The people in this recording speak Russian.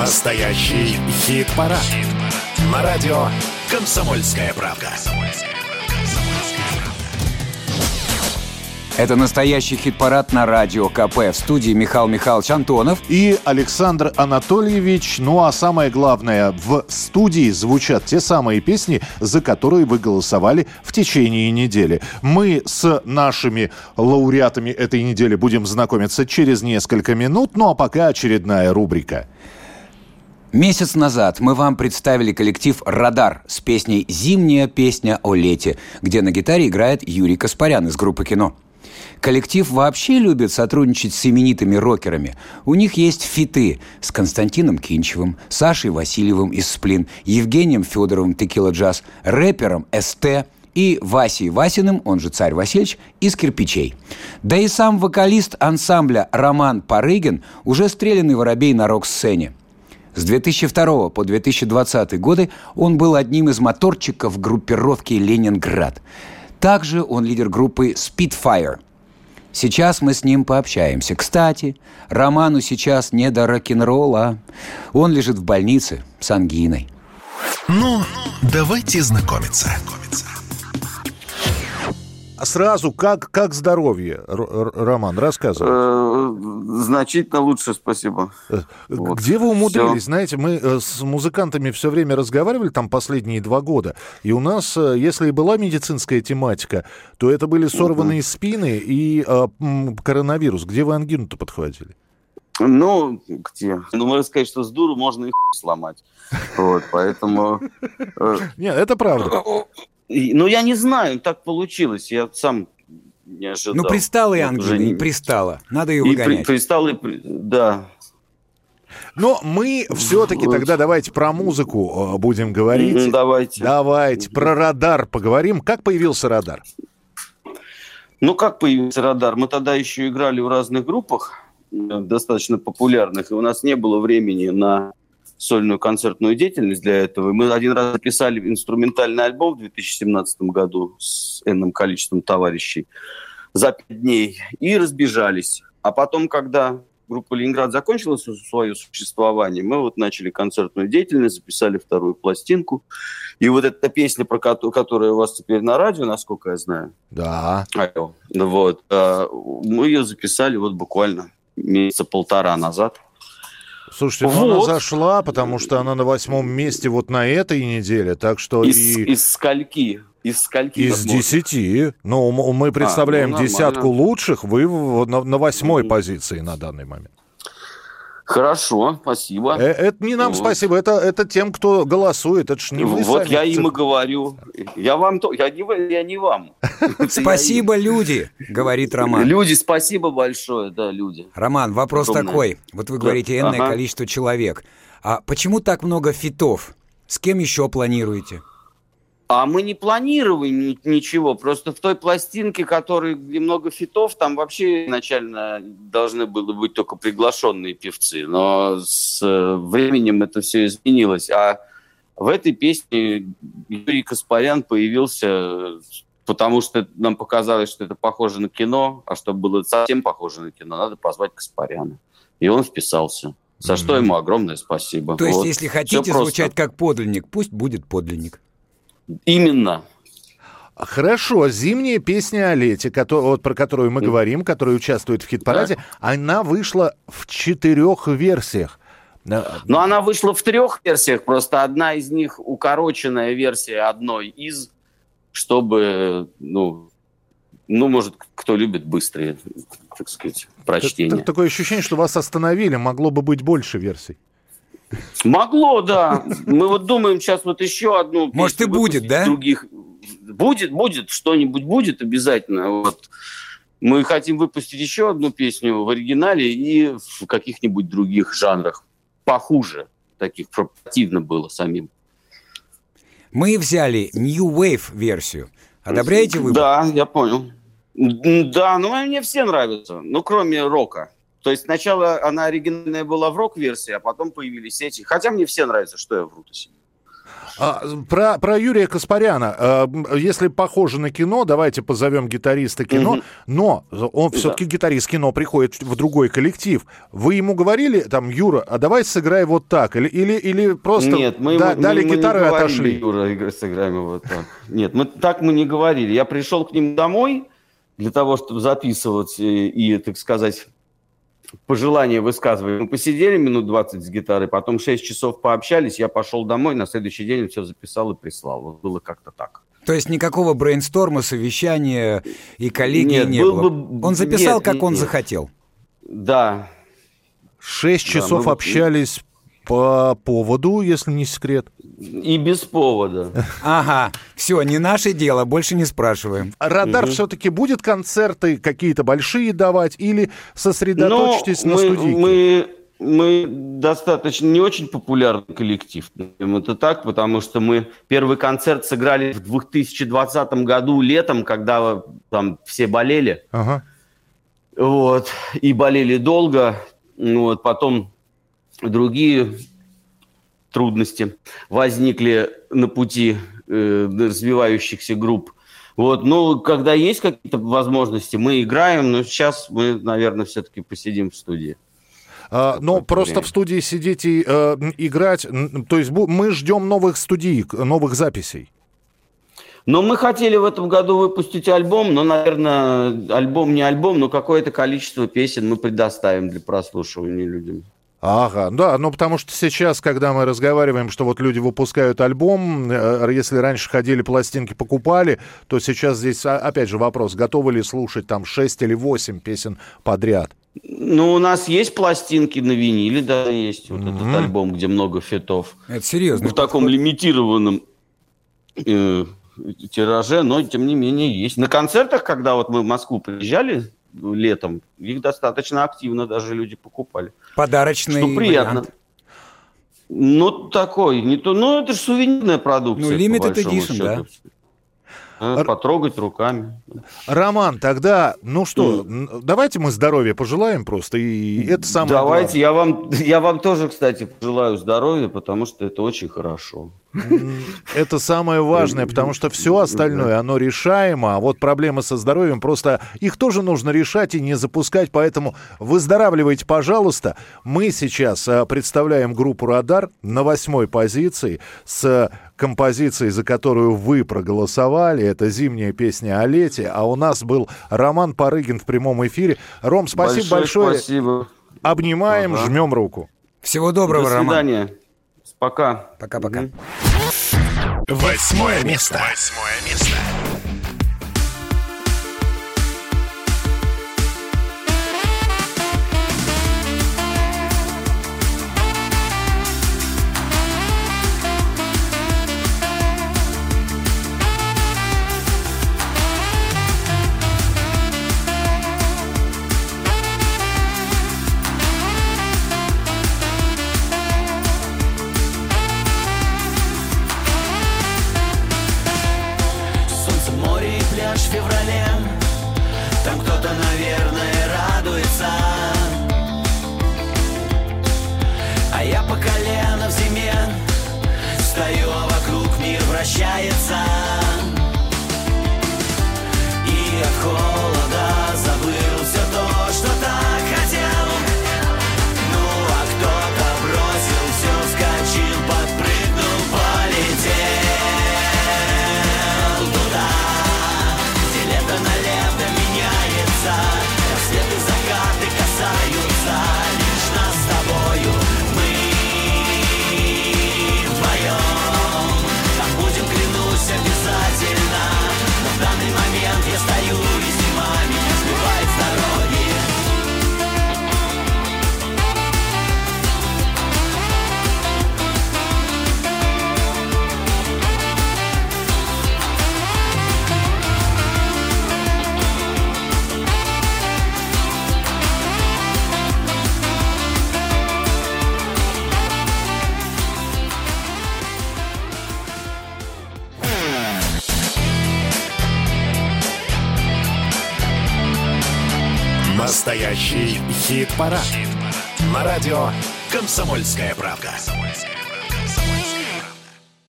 Настоящий хит-парад. На радио «Комсомольская правда». Это настоящий хит-парад на радио КП. В студии Михаил Михайлович Антонов и Александр Анатольевич. Ну а самое главное, в студии звучат те самые песни, за которые вы голосовали в течение недели. Мы с нашими лауреатами этой недели будем знакомиться через несколько минут. Ну а пока очередная рубрика. Месяц назад мы вам представили коллектив «Радар» с песней «Зимняя песня о лете», где на гитаре играет Юрий Каспарян из группы «Кино». Коллектив вообще любит сотрудничать с именитыми рокерами. У них есть фиты с Константином Кинчевым, Сашей Васильевым из «Сплин», Евгением Федоровым «Текила Джаз», рэпером СТ и Васей Васиным, он же Царь Васильевич, из «Кирпичей». Да и сам вокалист ансамбля Роман Парыгин уже стрелянный воробей на рок-сцене. С 2002 по 2020 годы он был одним из моторчиков группировки «Ленинград». Также он лидер группы Spitfire. Сейчас мы с ним пообщаемся. Кстати, Роману сейчас не до рок-н-ролла. Он лежит в больнице с ангиной. Ну, давайте знакомиться. Сразу, как здоровье, Роман, рассказывай. Значительно лучше, спасибо. Где вы умудрились? Все. Знаете, мы с музыкантами все время разговаривали там последние 2 года, и у нас, если и была медицинская тематика, то это были сорванные спины и коронавирус. Где вы ангину-то подхватили? Ну, где? Ну, можно сказать, что с дуру можно и сломать. Вот, поэтому... Нет, это правда. Ну, я не знаю, так получилось. Я сам не ожидал. Ну, пристала и ангина, и пристала. Надо ее выгонять. Пристала, да. Но мы все-таки тогда давайте про музыку будем говорить. Давайте. Про «Радар» поговорим. Как появился «Радар»? Ну, как появился «Радар»? Мы тогда еще играли в разных группах, достаточно популярных, и у нас не было времени на сольную концертную деятельность для этого. Мы один раз записали инструментальный альбом в 2017 году с энным количеством товарищей за 5 дней и разбежались. А потом, когда группа «Ленинград» закончила свое существование, мы вот начали концертную деятельность, записали 2-ю пластинку. И вот эта песня, которая у вас теперь на радио, насколько я знаю. Да. Вот. Мы ее записали вот буквально месяца 1.5 назад. Слушайте, она зашла, потому что она на 8-м месте вот на этой неделе, так что из скольки? Из 10. Ну, мы представляем десятку лучших, вы на 8-й позиции на данный момент. Хорошо, спасибо. Это не нам спасибо, это тем, кто голосует, это ж не вы вот сами. Я им и говорю. Я не вам. Спасибо, люди, говорит Роман. Люди, спасибо большое, да, люди. Роман, вопрос такой. Вот вы говорите энное количество человек. А почему так много фитов? С кем еще планируете? А мы не планировали ничего. Просто в той пластинке, где много фитов, там вообще изначально должны были быть только приглашенные певцы. Но с временем это все изменилось. А в этой песне Юрий Каспарян появился, потому что нам показалось, что это похоже на кино. А чтобы было совсем похоже на кино, надо позвать Каспаряна. И он вписался. За что ему огромное спасибо. То есть, если хотите звучать как подлинник, пусть будет подлинник. Именно. Хорошо, «Зимняя песня о лете», про которую мы говорим, которая участвует в хит-параде, она вышла в 4 версиях. Но она вышла в 3 версиях, просто одна из них укороченная версия одной из, чтобы, может, кто любит быстрые, так сказать, прочтения. Такое ощущение, что вас остановили, могло бы быть больше версий. Могло, да. Мы вот думаем сейчас вот еще одну песню. Может, и будет, да? Других. Будет, что-нибудь будет обязательно. Вот. Мы хотим выпустить еще одну песню в оригинале и в каких-нибудь других жанрах. Похуже. Таких противно было самим. Мы взяли New Wave версию. Одобряете выбор? Да, я понял. Да, мне все нравятся. Кроме рока. То есть сначала она оригинальная была в рок-версии, а потом появились эти. Хотя мне все нравятся, что я вру-то себе. Про Юрия Каспаряна. Если похоже на кино, давайте позовем гитариста кино, но он все-таки гитарист кино приходит в другой коллектив. Вы ему говорили, там, Юра, а давай сыграй вот так? Или просто Нет, дали гитару и отошли? Юра, сыграем вот так. Нет, мы не говорили. Я пришел к ним домой для того, чтобы записывать и, так сказать, пожелания высказывать. Мы посидели минут 20 с гитарой, потом 6 часов пообщались, я пошел домой, на следующий день все записал и прислал. Вот было как-то так. То есть никакого брейнсторма, совещания и коллегии не было? Он записал, как он захотел? Да. 6 часов общались по поводу, если не секрет? И без повода. Ага, все, не наше дело, больше не спрашиваем. Радар все-таки будет концерты какие-то большие давать или сосредоточитесь на студийке? Мы достаточно не очень популярный коллектив. Это так, потому что мы первый концерт сыграли в 2020 году летом, когда там все болели. Ага. Вот, и болели долго. Вот, потом другие трудности возникли на пути развивающихся групп. Вот, ну, когда есть какие-то возможности, мы играем, но сейчас мы, наверное, все-таки посидим в студии. Но просто в студии сидеть и играть, то есть мы ждем новых студий, новых записей. Но мы хотели в этом году выпустить альбом, но, наверное, альбом не альбом, но какое-то количество песен мы предоставим для прослушивания людям. Ага, да, ну потому что сейчас, когда мы разговариваем, что вот люди выпускают альбом, если раньше ходили, пластинки покупали, то сейчас здесь, опять же, вопрос, готовы ли слушать там 6 или 8 песен подряд? Ну, у нас есть пластинки на виниле, да, есть вот этот альбом, где много фитов. Это серьезно. В таком лимитированном тираже, но, тем не менее, есть. На концертах, когда вот мы в Москву приезжали летом, их достаточно активно даже люди покупали. Подарочный что приятно. Вариант. Ну, такой, не то, ну, это же сувенирная продукция. Ну, limited edition, да. Потрогать руками. Роман, тогда, ну что, давайте мы здоровья пожелаем просто, и это самое Давайте, я вам тоже, кстати, пожелаю здоровья, потому что это очень хорошо. Это самое важное, потому что все остальное, оно решаемо, а вот проблемы со здоровьем, просто их тоже нужно решать и не запускать, поэтому выздоравливайте, пожалуйста. Мы сейчас представляем группу «Радар» на 8-й позиции с композицией, за которую вы проголосовали. Это зимняя песня о лете, а у нас был Роман Парыгин в прямом эфире. Ром, спасибо большое. Спасибо. Обнимаем, жмем руку. Всего доброго, Роман. До свидания. Пока. Пока-пока. 8 место. 8 место. В феврале там кто-то, наверное, радуется, а я по колено в зиме стою, а вокруг мир вращается, и от холода забыл все то, что так хотел. Ну а кто-то бросил все, вскочил, подпрыгнул, полетел туда, на лето меняется, рассветы, закаты касаются лишь нас с тобою. Мы вдвоем там будем, клянусь, обязательно. Но в данный момент я стою, и зима меня сбивает с дороги. Настоящий хит-парад. На радио «Комсомольская правда».